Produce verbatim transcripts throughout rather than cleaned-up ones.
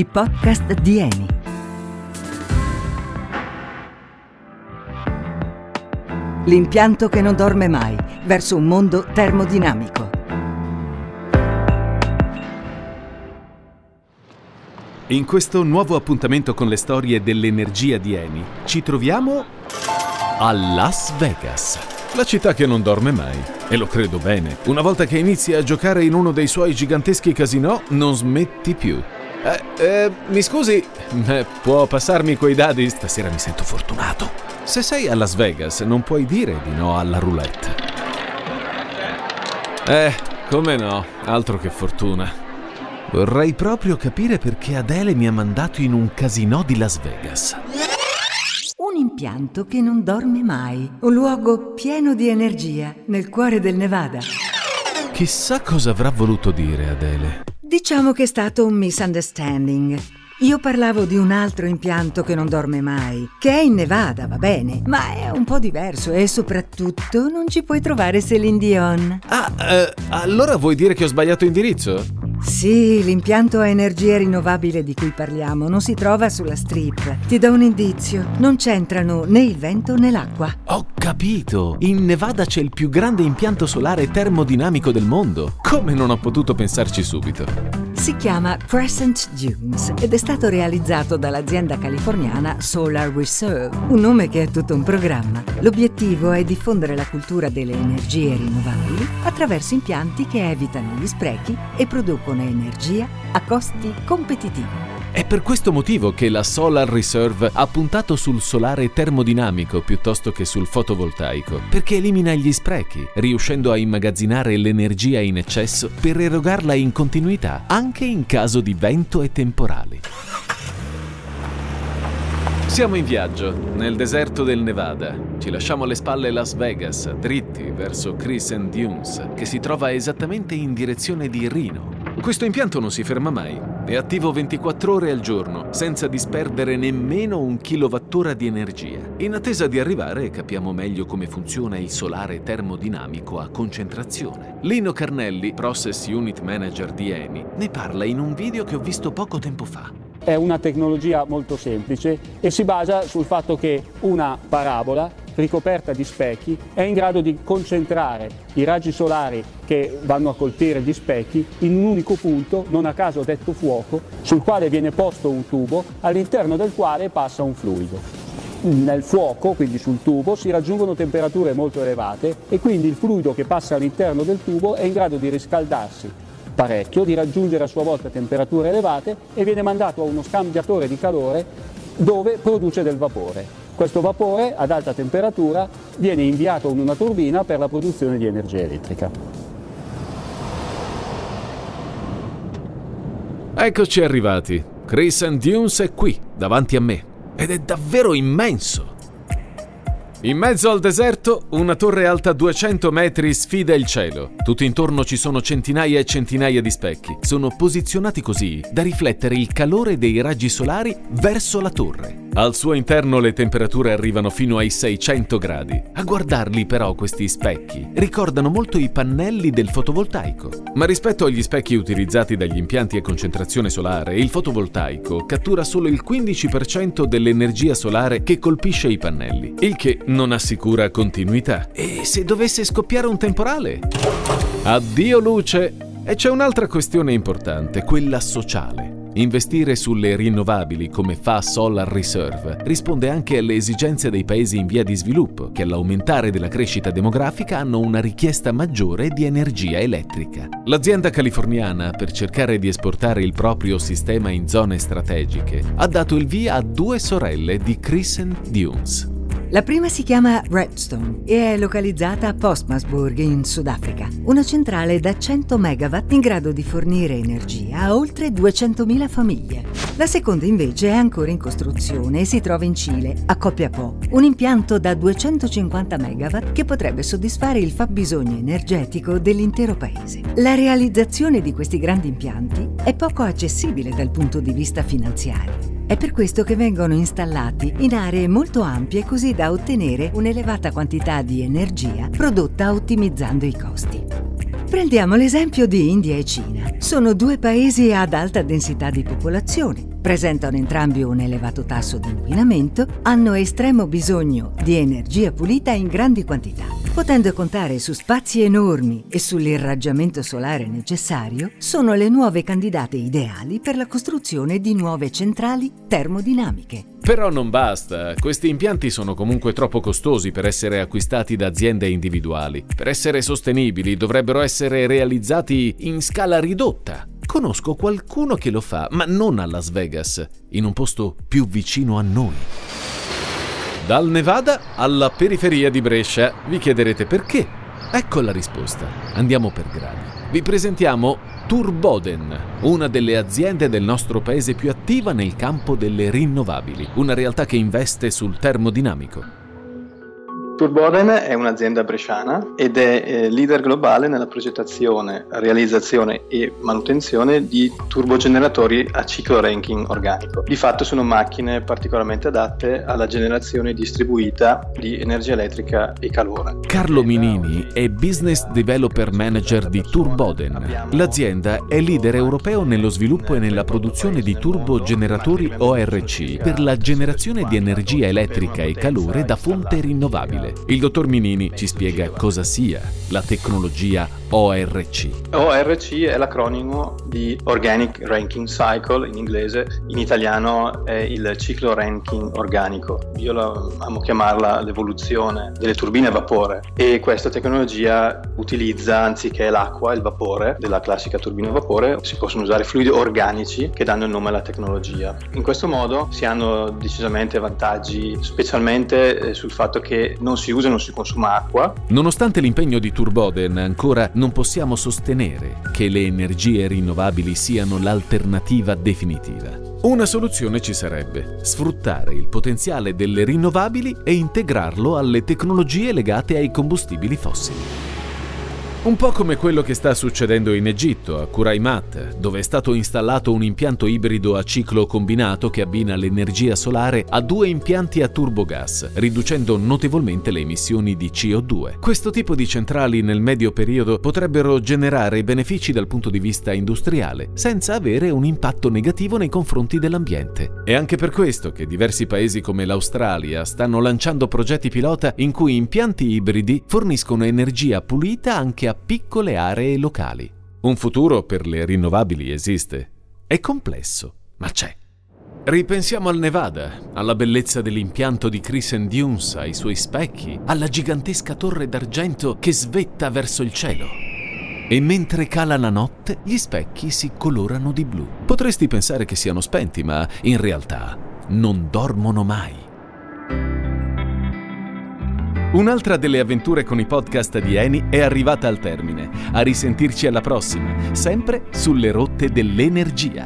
i podcast di Eni. L'impianto che non dorme mai, verso un mondo termodinamico. In questo nuovo appuntamento con le storie dell'energia di Eni, ci troviamo a Las Vegas, la città che non dorme mai. E lo credo bene. Una volta che inizi a giocare in uno dei suoi giganteschi casinò, non smetti più. Eh, eh, mi scusi, eh, può passarmi quei dadi? Stasera mi sento fortunato. Se sei a Las Vegas, non puoi dire di no alla roulette. Eh, come no, altro che fortuna. Vorrei proprio capire perché Adele mi ha mandato in un casinò di Las Vegas. Un impianto che non dorme mai, un luogo pieno di energia nel cuore del Nevada. Chissà cosa avrà voluto dire Adele. Diciamo che è stato un misunderstanding. Io parlavo di un altro impianto che non dorme mai, che è in Nevada, va bene, ma è un po' diverso e soprattutto non ci puoi trovare Céline Dion. Ah, eh, allora vuoi dire che ho sbagliato indirizzo? Sì, l'impianto a energia rinnovabile di cui parliamo non si trova sulla strip. Ti do un indizio, non c'entrano né il vento né l'acqua. Ho capito! In Nevada c'è il più grande impianto solare termodinamico del mondo. Come non ho potuto pensarci subito? Si chiama Crescent Dunes ed è stato realizzato dall'azienda californiana Solar Reserve, un nome che è tutto un programma. L'obiettivo è diffondere la cultura delle energie rinnovabili attraverso impianti che evitano gli sprechi e producono energia a costi competitivi. È per questo motivo che la Solar Reserve ha puntato sul solare termodinamico piuttosto che sul fotovoltaico, perché elimina gli sprechi, riuscendo a immagazzinare l'energia in eccesso per erogarla in continuità, anche in caso di vento e temporali. Siamo in viaggio, nel deserto del Nevada. Ci lasciamo alle spalle Las Vegas, dritti verso Crescent Dunes, che si trova esattamente in direzione di Reno. Questo impianto non si ferma mai, è attivo ventiquattro ore al giorno, senza disperdere nemmeno un kilowattora di energia. In attesa di arrivare capiamo meglio come funziona il solare termodinamico a concentrazione. Lino Carnelli, Process Unit Manager di Eni, ne parla in un video che ho visto poco tempo fa. È una tecnologia molto semplice e si basa sul fatto che una parabola ricoperta di specchi è in grado di concentrare i raggi solari che vanno a colpire gli specchi in un unico punto, non a caso detto fuoco, sul quale viene posto un tubo all'interno del quale passa un fluido. Nel fuoco, quindi sul tubo, si raggiungono temperature molto elevate e quindi il fluido che passa all'interno del tubo è in grado di riscaldarsi parecchio, di raggiungere a sua volta temperature elevate e viene mandato a uno scambiatore di calore dove produce del vapore. Questo vapore ad alta temperatura viene inviato in una turbina per la produzione di energia elettrica. Eccoci arrivati. Crescent Dunes è qui, davanti a me, ed è davvero immenso. In mezzo al deserto, una torre alta duecento metri sfida il cielo. Tutto intorno ci sono centinaia e centinaia di specchi. Sono posizionati così da riflettere il calore dei raggi solari verso la torre. Al suo interno le temperature arrivano fino ai seicento gradi. A guardarli però questi specchi ricordano molto i pannelli del fotovoltaico. Ma rispetto agli specchi utilizzati dagli impianti a concentrazione solare, il fotovoltaico cattura solo il quindici per cento dell'energia solare che colpisce i pannelli, il che non assicura continuità. E se dovesse scoppiare un temporale? Addio luce! E c'è un'altra questione importante, quella sociale. Investire sulle rinnovabili come fa Solar Reserve risponde anche alle esigenze dei paesi in via di sviluppo, che all'aumentare della crescita demografica hanno una richiesta maggiore di energia elettrica. L'azienda californiana, per cercare di esportare il proprio sistema in zone strategiche, ha dato il via a due sorelle di Crescent Dunes. La prima si chiama Redstone e è localizzata a Postmasburg in Sudafrica, una centrale da cento megawatt in grado di fornire energia a oltre duecentomila famiglie. La seconda invece è ancora in costruzione e si trova in Cile, a Copiapó, un impianto da duecentocinquanta megawatt che potrebbe soddisfare il fabbisogno energetico dell'intero paese. La realizzazione di questi grandi impianti è poco accessibile dal punto di vista finanziario. È per questo che vengono installati in aree molto ampie così da ottenere un'elevata quantità di energia prodotta ottimizzando i costi. Prendiamo l'esempio di India e Cina. Sono due paesi ad alta densità di popolazione, presentano entrambi un elevato tasso di inquinamento, hanno estremo bisogno di energia pulita in grandi quantità. Potendo contare su spazi enormi e sull'irraggiamento solare necessario, sono le nuove candidate ideali per la costruzione di nuove centrali termodinamiche. Però non basta, questi impianti sono comunque troppo costosi per essere acquistati da aziende individuali. Per essere sostenibili dovrebbero essere realizzati in scala ridotta. Conosco qualcuno che lo fa, ma non a Las Vegas, in un posto più vicino a noi. Dal Nevada alla periferia di Brescia. Vi chiederete perché? Ecco la risposta. Andiamo per gradi. Vi presentiamo Turboden, una delle aziende del nostro paese più attiva nel campo delle rinnovabili, una realtà che investe sul termodinamico. Turboden è un'azienda bresciana ed è eh, leader globale nella progettazione, realizzazione e manutenzione di turbogeneratori a ciclo Rankine organico. Di fatto sono macchine particolarmente adatte alla generazione distribuita di energia elettrica e calore. Carlo Minini è Business Developer Manager di Turboden. L'azienda è leader europeo nello sviluppo e nella produzione di turbogeneratori O R C per la generazione di energia elettrica e calore da fonte rinnovabile. Il dottor Minini ci spiega cosa sia la tecnologia O R C. O R C è l'acronimo di Organic Rankine Cycle in inglese, in italiano è il ciclo Rankine organico. Io la, amo chiamarla l'evoluzione delle turbine a vapore, e questa tecnologia utilizza, anziché l'acqua, il vapore della classica turbina a vapore, si possono usare fluidi organici che danno il nome alla tecnologia. In questo modo si hanno decisamente vantaggi, specialmente sul fatto che non si usa e non si consuma acqua. Nonostante l'impegno di Turboden, ancora non possiamo sostenere che le energie rinnovabili siano l'alternativa definitiva. Una soluzione ci sarebbe: sfruttare il potenziale delle rinnovabili e integrarlo alle tecnologie legate ai combustibili fossili. Un po' come quello che sta succedendo in Egitto, a Kuraymat, dove è stato installato un impianto ibrido a ciclo combinato che abbina l'energia solare a due impianti a turbogas, riducendo notevolmente le emissioni di C O due. Questo tipo di centrali nel medio periodo potrebbero generare benefici dal punto di vista industriale, senza avere un impatto negativo nei confronti dell'ambiente. È anche per questo che diversi paesi come l'Australia stanno lanciando progetti pilota in cui impianti ibridi forniscono energia pulita anche a piccole aree locali. Un futuro per le rinnovabili esiste. È complesso, ma c'è. Ripensiamo al Nevada, alla bellezza dell'impianto di Crescent Dunes, ai suoi specchi, alla gigantesca torre d'argento che svetta verso il cielo. E mentre cala la notte, gli specchi si colorano di blu. Potresti pensare che siano spenti, ma in realtà non dormono mai. Un'altra delle avventure con i podcast di Eni è arrivata al termine. A risentirci alla prossima, sempre sulle rotte dell'energia.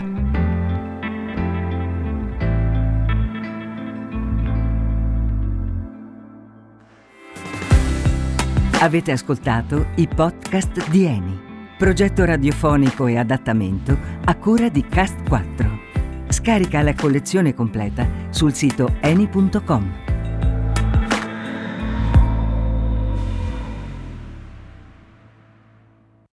Avete ascoltato i podcast di Eni, progetto radiofonico e adattamento a cura di Cast quattro. Scarica la collezione completa sul sito eni punto com.